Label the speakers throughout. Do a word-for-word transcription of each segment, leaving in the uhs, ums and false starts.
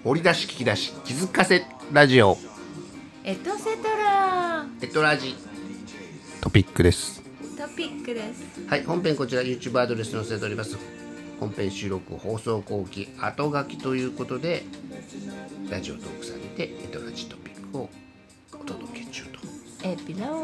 Speaker 1: 掘り出し聞き出し気づかせラジオ
Speaker 2: エトセトラ
Speaker 1: エトラジトピックです。
Speaker 2: トピックです。
Speaker 1: はい、本編こちら YouTube アドレス載せております。本編収録放送後期後書きということでラジオトークさんにてエトラジトピックをお届け中と。
Speaker 2: エピロー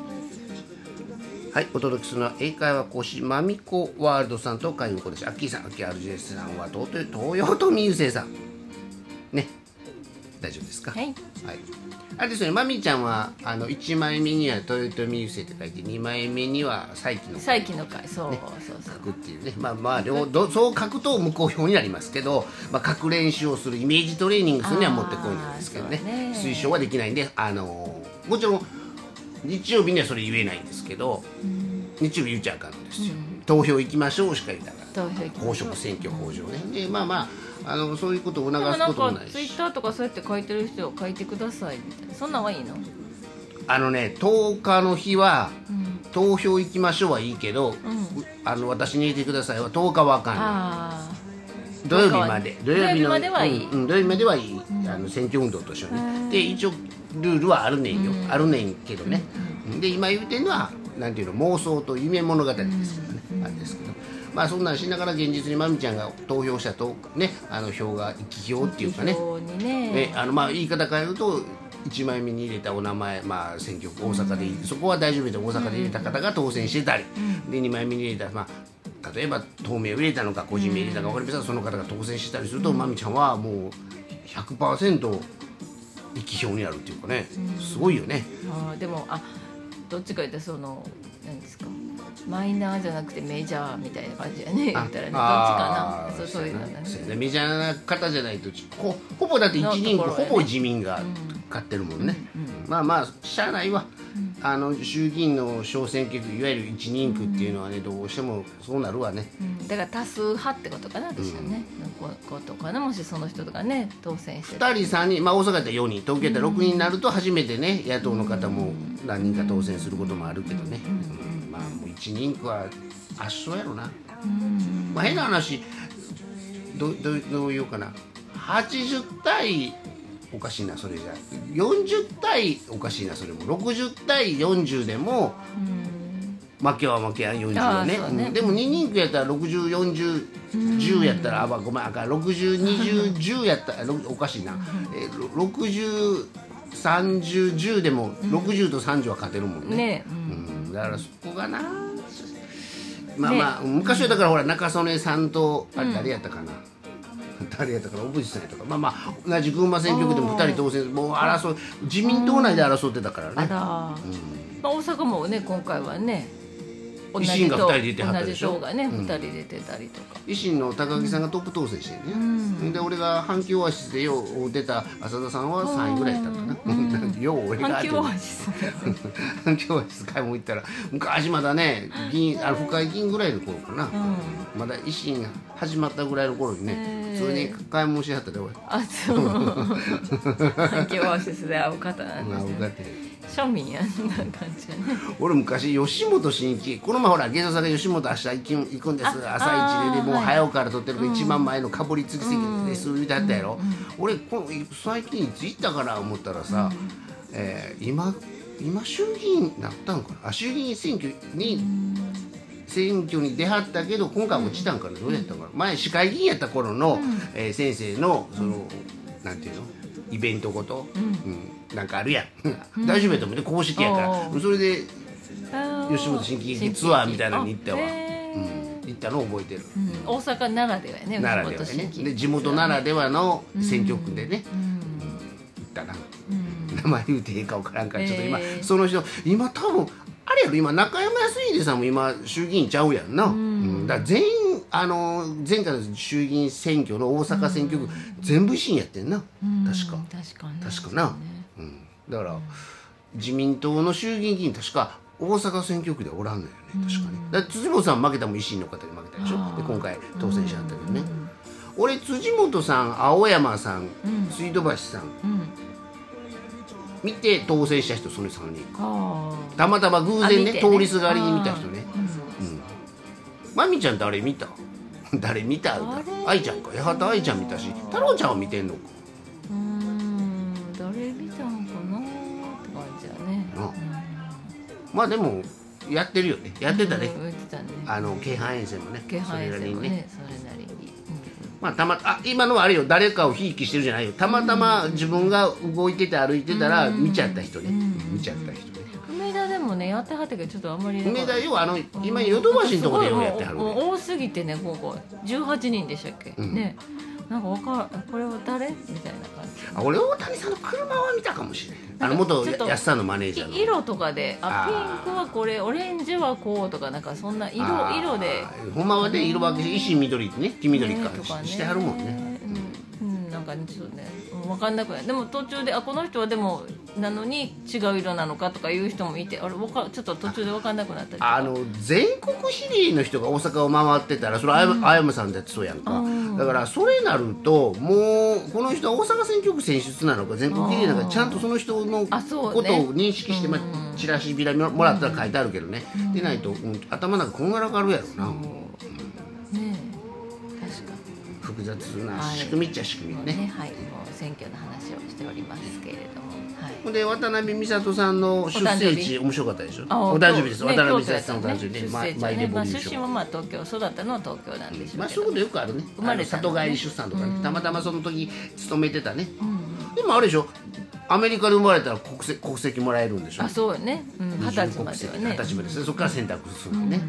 Speaker 1: はい、お届けするのは英会話講師まみこワールドさんと海運講師アッキーさん。アッキー アールジェーエス さんは東東洋とみゆせいさんね、大丈夫ですか？
Speaker 2: はい、
Speaker 1: はい、あれですよね、まみちゃんはあのいちまいめには豊臣みゆせいって書いてにまいめには再起の会
Speaker 2: 再起の会、そう、
Speaker 1: ね、
Speaker 2: そうそう
Speaker 1: 書くっていうね、まあまあ両どそう書くと無効票になりますけど、まあ、書く練習をするイメージトレーニングするにはもってこいなんですけど ね, ね推奨はできないんで、あのー、もちろん日曜日にはそれ言えないんですけど、うん、日曜日言っちゃうかんですよ、うん、投票行きましょうしか言ったから公職選挙法上ね、でまあまああのそういうことを促すこともないし、
Speaker 2: ツイッターとかそうやって書いてる人を書いてくださいみたいな、そんなんはいいの？
Speaker 1: あのね、とおかの日は、うん、投票行きましょうはいいけど、うん、あの私に入れてくださいはとおかはあかんねん。あ土曜日まで
Speaker 2: 土曜日まではいい、
Speaker 1: うん、土曜日まではいい、うん、あの選挙運動としてはね。で一応ルールはあるねんよ、うん、あるねんけどね、うん、で今言うてるのはなんていうの、妄想と夢物語ですけどね、うん、あれですけど、まあそんなんしながら現実にまみちゃんが投票したとね、あの票が生き票っていうかね、
Speaker 2: ね
Speaker 1: ね、あのまあ言い方変えるといちまいめに入れたお名前、まあ選挙区大阪で、うん、そこは大丈夫で大阪で入れた方が当選してたり、うん、でにまいめに入れた、まあ例えば党名を入れたのか個人名入れたのか分かりませんが、その方が当選してたりすると、うん、まみちゃんはもう ひゃくパーセント生き票になるっていうかね、すごいよね。
Speaker 2: あでもあどっちか言ったらその何ですか、マイナーじゃなくてメジャーみたいな感じやね、言ったらね、どっちかな、そうそういうのね、
Speaker 1: メジャーな方じゃないと ほ, ほぼだって一人区、ね、ほぼ自民が勝ってるもんね、うんうんうん、まあまあしゃあないわ、うん、あの衆議院の小選挙区いわゆる一人区っていうのはね、どうしてもそうなるわね、
Speaker 2: うん、だから多数派ってことかな、私はね、うん、こことかな、もしその人とかね当選してふ
Speaker 1: たりさんにん、まあ大阪だったらよにん、東京だったらろくにんになると初めてね、野党の方も何人か当選することもあるけどね、うんうん、まあもう一人区は圧勝やろな、うん、まあ変な話 ど, ど, どう言おうかな、はちじゅう対おかしいな、それじゃよんじゅう対おかしいな、それもろくじゅう対よんじゅうでも、うん、負けは負けやんよんじゅうは ね, ね、うん、でもににん区やったらろくじゅう、よんじゅう、じゅうやったら、あ、ごめん、あかん、ろくじゅう、にじゅう、じゅうやったらおかしいな、えー、ろくじゅう、さんじゅう、じゅうでもろくじゅうとさんじゅうは勝てるもんね、ね、うん、だからそこがな、まあまあ、ね、昔はだからほら中曽根さんとあれ誰やったかな、うん、誰やったかな、小渕さんやったか、まあまあ同じ群馬選挙区でもふたり当選、もう争う、自民党内で争ってたからね、あら、うん、
Speaker 2: まあ、大阪もね今回はね
Speaker 1: 維新がふたり出てはったでしょ、
Speaker 2: 同じ党がね、うん、ふたり出てたりとか、
Speaker 1: 維新の高木さんがトップ当選してね、うん、で俺が阪急オアシスでよう出た浅田さんはさんいぐらいだったかな、うん、よう俺が
Speaker 2: 阪急オアシス
Speaker 1: 阪急オアシス買い物行ったら昔まだね議員、あの府会議員ぐらいの頃かな、うん、まだ維新が始まったぐらいの頃にね、それで買い物しはったで俺、
Speaker 2: あ、そう阪急オアシスで会う方なんですね、会う方庶民やんな感じやね。俺
Speaker 1: 昔吉本新喜、この前ほら芸能さんが吉本明日行くんです、朝一で、ね、もう早起から撮ってるから一番前のかぶりつき席ですみたいなやろ、うんうん、俺この最近いつ行ったかな思ったらさ、うん、えー、今今衆議院になったのかな、あ衆議院選挙に、うん、選挙に出はったけど今回落ちたんかな、どうやったかな、前市会議員やった頃の、うん、えー、先生のそのなんていうのイベントごと、うんうん、なんかあるやん大丈夫やと思うね、公式やから、それで吉本新喜劇ツアーみたいなのに行ったわ、うん、行ったのを覚えてる、うん、
Speaker 2: 大阪ならではね、
Speaker 1: ならではね、で地元ならではの選挙区でね、うんうん、行ったな、うん、名前言うてええか分からんからちょっと今、えー、その人今多分あれやろ、今中山康秀さんも今衆議院ちゃうやんな、うん、だから全員あの前回の衆議院選挙の大阪選挙区、うん、全部維新やってんな、うん、確か
Speaker 2: 確かに
Speaker 1: 確かな、うん、だから、うん、自民党の衆議院議員確か大阪選挙区でおらんのよね、確かに、だから辻元さん負けたも維新の方で負けたでしょ、で今回当選しちゃったけどね、うん、俺辻元さん、青山さん、うん、水道橋さん、うん、見て当選した人そのさんにん、たまたま偶然 ね, ね通りすがりに見た人ね、うんうん、まみちゃん誰見た誰見た愛ちゃんか、八幡愛ちゃん見たし、太郎ちゃんは見てんのか、 な。まあでもやってるよね、やってたね、
Speaker 2: うん、言ってたね。
Speaker 1: あの京阪沿線もね、
Speaker 2: 京阪沿線も
Speaker 1: それなりに
Speaker 2: ね、それなりに、
Speaker 1: まあたまあ今のはあれよ、誰かをひいきしてるじゃないよ、たまたま自分が動いてて歩いてたら見ちゃった人ね、見ちゃった人ね。
Speaker 2: 梅田でもねやってはったけどちょっとあんまり
Speaker 1: 梅田要はあの今ヨドバシのところでようやってはる、
Speaker 2: もう多すぎてね、ここじゅうはちにんでしたっけ、うん、ね、なんかわかこれは誰みたいな感じ。
Speaker 1: あ、俺大谷さんの車は見たかもしれない。あの元安さんのマネージャーの
Speaker 2: 色とかで、あ、ピンクはこれ、オレンジはこうとか、なんかそんな色色で
Speaker 1: ほんまはね、色分けして石緑ってね、黄緑か、ね、とかねしてはるもんね。
Speaker 2: うん、うん、なんかちょっとね分かんなくない。でも途中であこの人はでもなのに違う色なのかとかいう人もいて、あれわかちょっと途中で分かんなくなったりとか。
Speaker 1: あの全国シリーの人が大阪を回ってたらそれはあやむさんだってそうやんか、うん、だからそれなるともうこの人は大阪選挙区選出なのか全国シリーなのかちゃんとその人のことを認識して、ね、まあ、チラシビラもらったら書いてあるけどね、うん、でないと、うん、頭の中こんがらがるやろな、うん、ね
Speaker 2: え、確かに
Speaker 1: 複雑な仕組みっちゃ仕組みね、
Speaker 2: はい、もう選挙の話をしておりますけれども、
Speaker 1: ほんで渡辺美里さんの出生地面白かったでしょ。お誕生日です。渡辺美里さんの誕生日ね。マイレボリューション。
Speaker 2: 出身はまあ東京、育ったのは東京なんでしょうけど。
Speaker 1: まあそういうことよくあるね。生まれた里帰り出産とかね。たまたまその時勤めてたね。でもあれでしょ。アメリカで生まれたら国籍国籍もらえるんでしょ。
Speaker 2: あ、そうよね。二十歳まではね。
Speaker 1: 二十歳までです。そこから選択するんでね。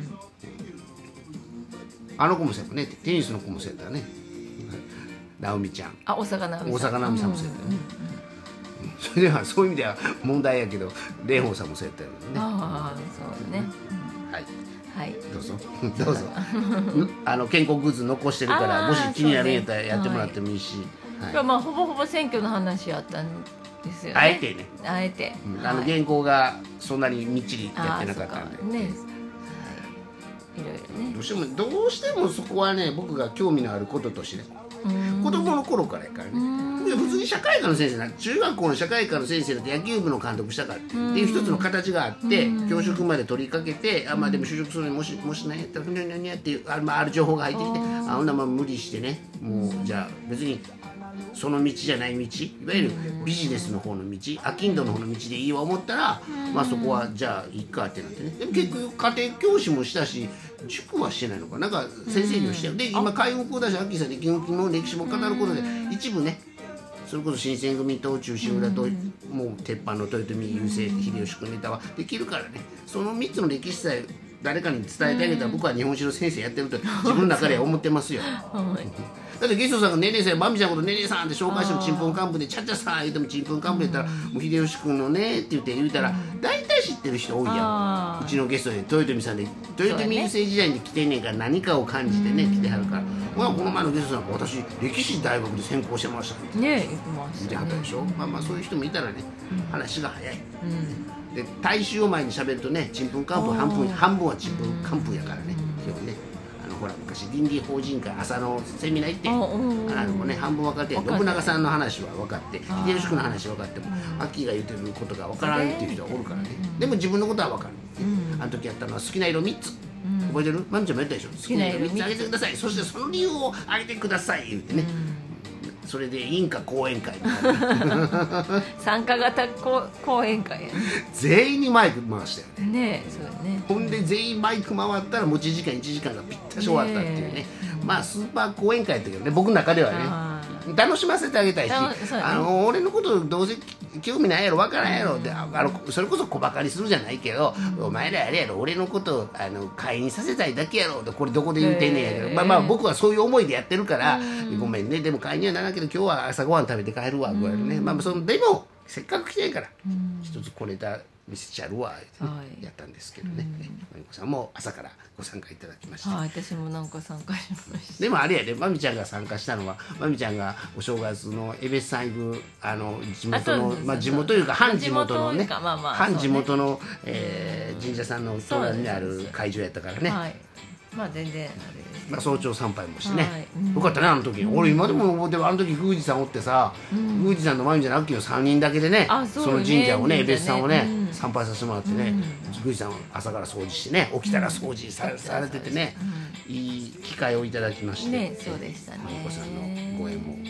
Speaker 1: あの子もそうやね。テニスの子もそうやったね。直美ちゃん。
Speaker 2: あ、大阪直美さん。
Speaker 1: 大阪直美さんもそうやったね。それではそういう意味では問題やけど蓮舫さんもそうやったよね。
Speaker 2: ああ、そうね、
Speaker 1: うん、はい
Speaker 2: はい
Speaker 1: どうぞどうぞあの健康グッズ残してるからもし気になるんやったらやってもらってもいいし、
Speaker 2: はいはい、まあほぼほぼ選挙の話やったんですよね。
Speaker 1: あえてね、
Speaker 2: あえて、
Speaker 1: うん、あの原稿がそんなにみっちりやってなかったんでね、はい、い
Speaker 2: ろいろね
Speaker 1: どうしてもどうしてもそこはね僕が興味のあることとしてね子供の頃からやからね普通に社会科の先生な中学校の社会科の先生だって野球部の監督したからっていう一つの形があって教職まで取りかけてあまあでも就職するのにもしもしないやったらふにゃふにゃふにゃっていうあ、まあ、ある情報が入ってきてあほんなまあ無理してねもうじゃあ別にその道じゃない道いわゆるビジネスの方の道商人の方の道でいいわ思ったらまあそこはじゃあいいかってなってねでも結局家庭教師もしたし塾はしてないのかなんか先生にはしてるで今介護講談師アッキーさんで基本の歴史も語ることで一部ねそれこそ新選組と中心裏ともう鉄板の豊臣優勢秀吉君ネタはできるからねそのみっつの歴史さえ誰かに伝えてあげたら僕は日本史の先生やってると自分の中では思ってますよだってゲストさんが「ねねさんまみちゃんのことねねさん」って紹介してもちんぷんかんぷんで「ちゃっちゃさん」言うてもちんぷんかんぷんやったら「もう秀吉君のね」って言って言うたら大体知ってる人多いやんうちのゲストで豊臣さんで豊臣優勢時代に来てんねんから何かを感じてね来てはるからまあこの前のゲストなんか私歴史大学で専攻してましたって
Speaker 2: ね言ってましたね
Speaker 1: 見てはったでしょまあまあそういう人もいたらね話が早いで大衆を前に喋るとねちんぷんかんぷん半分半分はちんぷんかんぷんやからね基本ねほら昔倫理法人会朝のセミナー行ってあの、ね、半分分かって信長さんの話は分かって秀吉君の話分かってもアッキーが言ってることが分からんっていう人はおるからねでも自分のことは分かる、うん、あの時やったのは好きな色みっつ、うん、覚えてるまみちゃんもやったでしょ好きな色みっつあげてくださいそしてその理由をあげてください言ってね、うん、それで委員か講演会
Speaker 2: 参加型講演会やね
Speaker 1: 全員にマイク回したよね
Speaker 2: ねえそうね
Speaker 1: ほんで全員マイク回ったら持ち時間いちじかんがぴったし終わったっていうねまあスーパー講演会だったけどね僕の中ではね楽しませてあげたいし、ね、あの俺のことどうせ興味ないやろ分からんやろってあのそれこそ小バカにするじゃないけど、うん、お前らあれやろ俺のことあの会員させたいだけやろってこれどこで言うてんねんやけど、えー、まあまあ僕はそういう思いでやってるから、うん、ごめんねでも会員にはならんけど今日は朝ごはん食べて帰るわぐらいのね、うん、まあそのでもせっかく来てんから、うん、一つこれだ見せちゃるわ、ねはい、やったんですけどね、うん、まみこさんも朝からご参加いただきました、
Speaker 2: はい、私もなんか参加しました
Speaker 1: でもあれやでまみちゃんが参加したのはまみちゃんがお正月の江別さん行くあの地元のまあ地元というか半地元のね半地元の、えー、神社さんの隣にある会場やったからね、はい、
Speaker 2: まあ全然あれです、
Speaker 1: まあ、早朝参拝もしてね、はいうん、よかったねあの時、うん、俺今でもでもあの時宮司さんおってさ、うん、宮司さんのまみちゃんのアッキーのさんにんだけでね、その神社をね江別さんをね、うん、参拝させてもらってね、うん、宮司さん朝から掃除してね起きたら掃除さ、うん、されててね、うん、いい機会をいただきまして、
Speaker 2: ねそうでしたね
Speaker 1: まみこさんのご縁も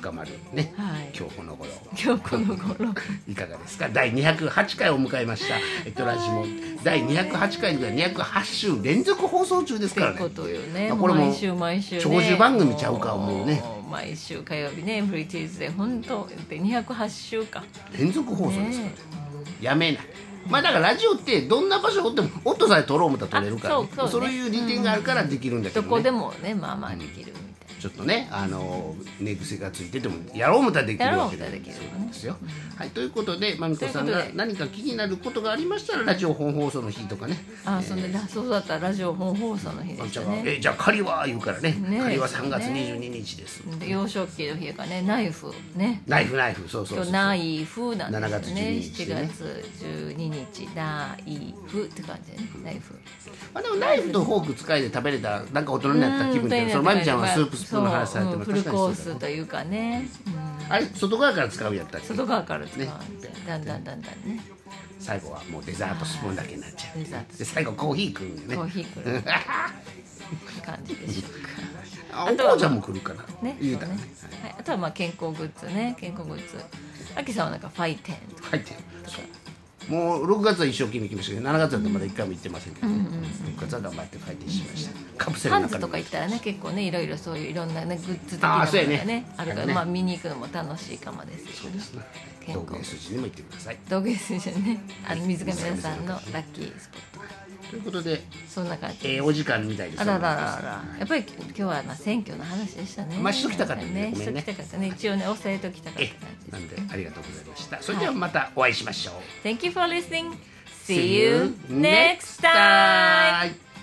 Speaker 1: 深まるね、
Speaker 2: はい、
Speaker 1: 今日この頃
Speaker 2: 今日この頃
Speaker 1: いかがですか。だいにひゃくはちかいを迎えました、えっと、ラジモだいにひゃくはちかいにはにひゃくはち週連続放送中ですからね。
Speaker 2: ってことよね、
Speaker 1: まあ、これも
Speaker 2: 毎週毎週ね
Speaker 1: 長寿番組ちゃうか思うね。
Speaker 2: 毎週火曜日ねブリティーズで本当でにひゃくはち週か
Speaker 1: 連続放送ですから、
Speaker 2: ね、
Speaker 1: やめない。まあだからラジオってどんな場所をおっても音さえ取ろう思ったら取れるから、ね、そうそうね、そういう利点があるからできるんだけどね、
Speaker 2: どこでもねまあまあできるみたいな、
Speaker 1: ちょっとねあの寝癖がついててもやろう思ったらできるわけで、
Speaker 2: できる
Speaker 1: そうですよ、うん、はい。ということでまみこさんが何か気になることがありましたらラジオ本放送の日とかね、
Speaker 2: あ、えー、そんでそうだったらラジオ本放送の日でしたね。
Speaker 1: えじゃあ仮は言うからね、
Speaker 2: ね、
Speaker 1: 仮はさんがつにじゅうににちです。
Speaker 2: で幼少期の日がねナイフね
Speaker 1: ナイフナイフそうそうそうそう
Speaker 2: ナイフなんですね。
Speaker 1: しちがつ
Speaker 2: じゅうににちナイフって感じでねナイフ。
Speaker 1: まあでもナイフとフォーク使いで食べれたらなんか大人になった気分で、そのまみちゃんはスープスプーンの話されても
Speaker 2: フルコースというかね、
Speaker 1: うん、あれ外側から使うやったっけ。
Speaker 2: 外側から使う、ね、だんだんだんだんね。
Speaker 1: 最後はもうデザートスプーンだけになっちゃう。
Speaker 2: デザート
Speaker 1: で最後コーヒー食うんでね。
Speaker 2: コーヒー食う感じでしょうか。
Speaker 1: あお母ちゃんも来るかな。
Speaker 2: ね。
Speaker 1: 言うたらね。
Speaker 2: はい、あとはまあ健康グッズね、健康グッズ。あきさんはなんかファイテンとか。
Speaker 1: ファイテン。もうろくがつは一生懸命行きましたけど、しちがつだとまだいっかいも行ってませんけど、ね、うんうんうん、ろくがつは頑張ってファイテンしました。カプセルの中に。
Speaker 2: パンツとか行ったらね結構ねいろいろそういういろんなねグッズ的なものがね、ねあるから、ね、まあ見に行くのも楽しいかもです。
Speaker 1: そうですね。道芸筋にも行ってください。
Speaker 2: 道芸筋ね、あの水上さんのラッキースポット。
Speaker 1: ということで、
Speaker 2: そんな感じ。
Speaker 1: えー、お時間みたいです。
Speaker 2: あらららら。やっぱり今日はまあ選挙の話でしたね。
Speaker 1: まあしときたかったね。
Speaker 2: しときたかったね。一応ね押さえときたかった感じ。
Speaker 1: なんでありがとうございました。それではまたお会いしましょう。
Speaker 2: Thank you for listening. See you next time.